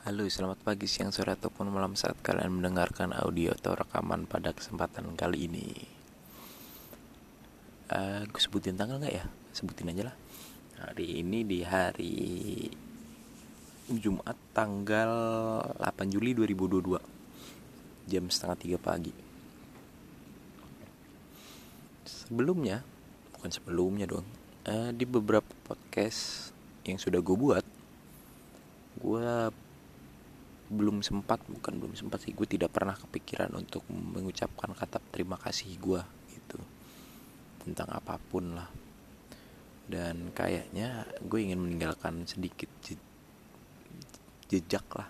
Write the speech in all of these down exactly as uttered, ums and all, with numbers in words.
Halo, selamat pagi, siang, sore, ataupun malam saat kalian mendengarkan audio atau rekaman pada kesempatan kali ini. Uh, gue sebutin tanggal nggak ya? Sebutin aja lah. Hari ini di hari Jumat tanggal delapan Juli dua ribu dua puluh dua, jam setengah tiga pagi. Sebelumnya, bukan sebelumnya dong, uh, di beberapa podcast yang sudah gue buat, gue belum sempat bukan belum sempat sih gue tidak pernah kepikiran untuk mengucapkan kata terima kasih gue gitu tentang apapun lah. Dan kayaknya gue ingin meninggalkan sedikit je- jejak lah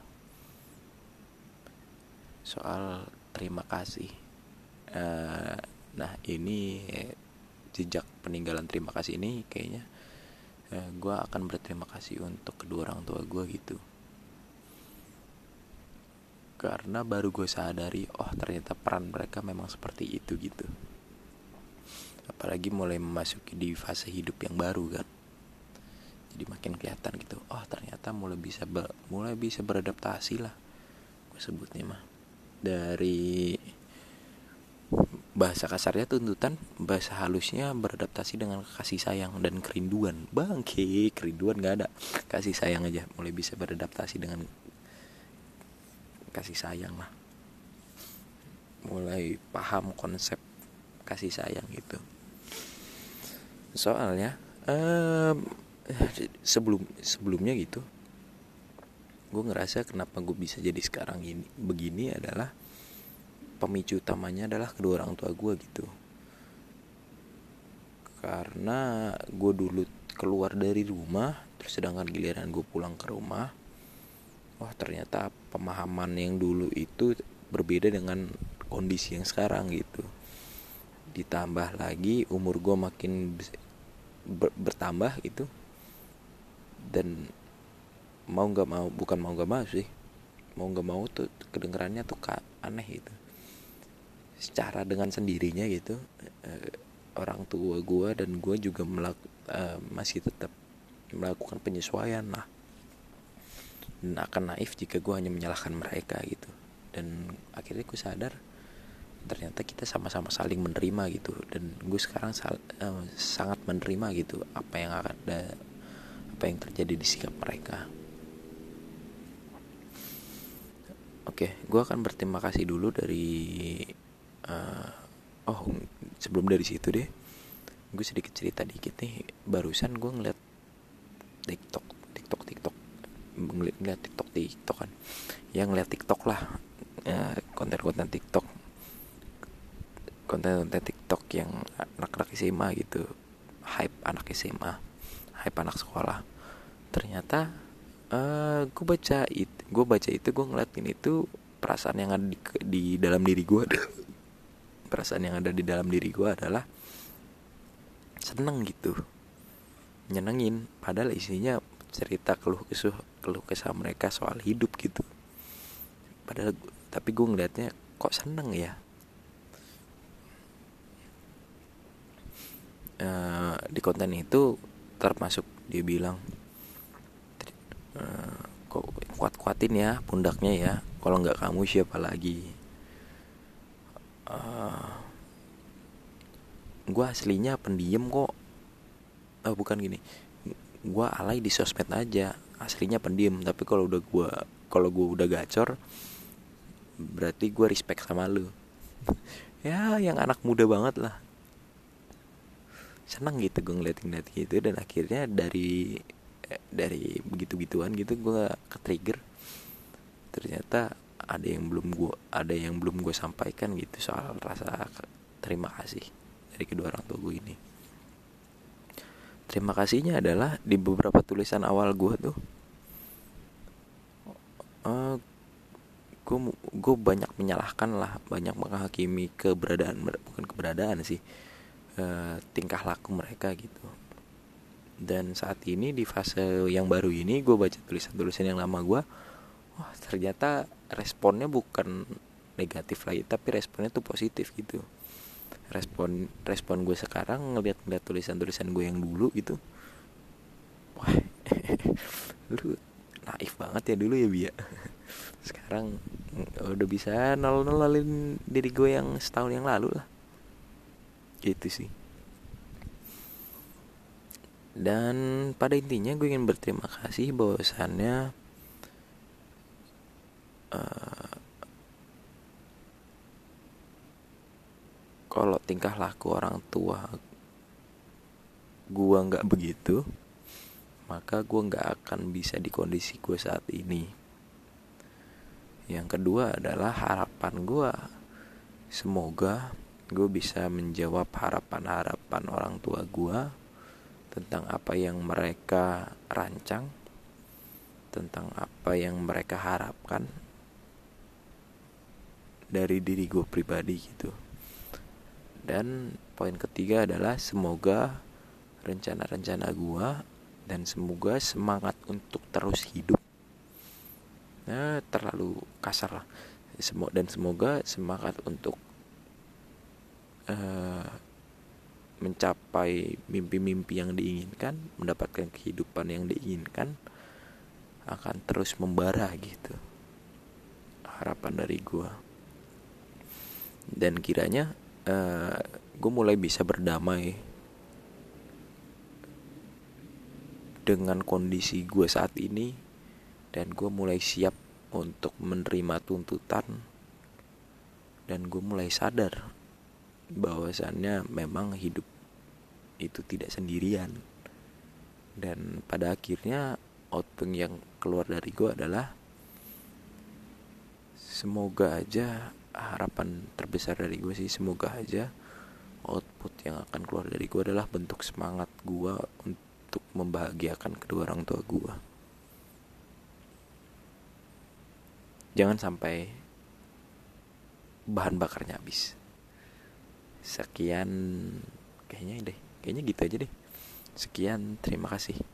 soal terima kasih. Uh, nah ini jejak peninggalan terima kasih ini kayaknya uh, gue akan berterima kasih untuk kedua orang tua gue gitu. Karena baru gue sadari, oh ternyata peran mereka memang seperti itu gitu. Apalagi mulai memasuki di fase hidup yang baru kan. Jadi makin kelihatan gitu, oh ternyata mulai bisa ber, mulai bisa beradaptasi lah. Gue sebutnya mah. Dari bahasa kasarnya tuntutan, bahasa halusnya beradaptasi dengan kasih sayang dan kerinduan. Bangke, kerinduan gak ada. Kasih sayang aja, mulai bisa beradaptasi dengan kasih sayang lah. Mulai paham konsep kasih sayang gitu. Soalnya um, sebelum sebelumnya gitu, gue ngerasa kenapa gue bisa jadi sekarang ini begini adalah pemicu utamanya adalah kedua orang tua gue gitu. Karena gue dulu keluar dari rumah, terus sedangkan giliran gue pulang ke rumah, wah ternyata pemahaman yang dulu itu berbeda dengan kondisi yang sekarang gitu. Ditambah lagi umur gue makin ber- bertambah gitu, dan mau nggak mau bukan mau nggak mau sih mau nggak mau tuh kedengerannya tuh kak aneh gitu. Secara dengan sendirinya gitu, eh, orang tua gue dan gue juga melak- eh, masih tetap melakukan penyesuaian lah. Dan akan naif jika gue hanya menyalahkan mereka gitu. Dan akhirnya gue sadar ternyata kita sama-sama saling menerima gitu. Dan gue sekarang sal- uh, sangat menerima gitu apa yang ada, apa yang terjadi di sikap mereka. Oke, gue akan berterima kasih dulu dari uh, oh sebelum dari situ deh, gue sedikit cerita dikit nih. Barusan gue ngeliat TikTok, TikTok, TikTok, ngeliat, ngeliat TikTok, TikTok kan, ya ngeliat TikTok lah, uh, konten-konten TikTok, konten-konten TikTok yang anak-anak S M A gitu, hype anak S M A, hype anak sekolah. Ternyata uh, gue baca itu, gue baca itu, gue ngeliatin itu perasaan yang ada di, di dalam diri gue. Perasaan yang ada di dalam diri gue adalah seneng gitu, nyenengin. Padahal isinya cerita keluh kesah keluh kesah mereka soal hidup gitu. Padahal tapi gue ngeliatnya kok seneng ya. Uh, di konten itu termasuk dia bilang, uh, kok kuat-kuatin ya pundaknya ya, kalau nggak kamu siapa lagi. uh, gue aslinya pendiam kok. Uh, bukan gini, gue alay di sosmed aja, aslinya pendiam. Tapi kalau udah gue kalau gue udah gacor, berarti gue respect sama lu. Ya yang anak muda banget lah. Senang gitu gue ngeliat-ngeliat gitu. Dan akhirnya dari eh, dari begitu-gituan gitu gue ke trigger. Ternyata ada yang belum gue ada yang belum gue sampaikan gitu soal rasa terima kasih dari kedua orang tua gue ini. Terima kasihnya adalah di beberapa tulisan awal gue tuh, uh, gue gue banyak menyalahkan lah, banyak menghakimi keberadaan, bukan keberadaan sih, uh, tingkah laku mereka gitu. Dan saat ini di fase yang baru ini, gue baca tulisan-tulisan yang lama gue, wah ternyata responnya bukan negatif lagi, tapi responnya tuh positif gitu. Respon respon gue sekarang ngeliat-ngeliat tulisan-tulisan gue yang dulu gitu, wah lu naif banget ya dulu ya Bia. Sekarang udah bisa nol-nolin diri gue yang setahun yang lalu lah. Gitu sih. Dan pada intinya gue ingin berterima kasih bahwasannya uh, kalau tingkah laku orang tua gue gak begitu, maka gue gak akan bisa di kondisi gue saat ini. Yang kedua adalah harapan gue, semoga gue bisa menjawab harapan-harapan orang tua gue tentang apa yang mereka rancang, tentang apa yang mereka harapkan dari diri gue pribadi gitu. Dan poin ketiga adalah semoga rencana-rencana gue dan semoga semangat untuk terus hidup, nah terlalu kasar lah, dan semoga semangat untuk uh, mencapai mimpi-mimpi yang diinginkan, mendapatkan kehidupan yang diinginkan akan terus membara gitu. Harapan dari gue. Dan kiranya uh, gue mulai bisa berdamai dengan kondisi gue saat ini, dan gue mulai siap untuk menerima tuntutan, dan gue mulai sadar bahwasannya memang hidup itu tidak sendirian. Dan pada akhirnya output yang keluar dari gue adalah semoga aja, harapan terbesar dari gue sih, semoga aja output yang akan keluar dari gue adalah bentuk semangat gue untuk membahagiakan kedua orang tua gue. Jangan sampai bahan bakarnya habis. Sekian, kayaknya deh, kayaknya gitu aja deh. Sekian, terima kasih.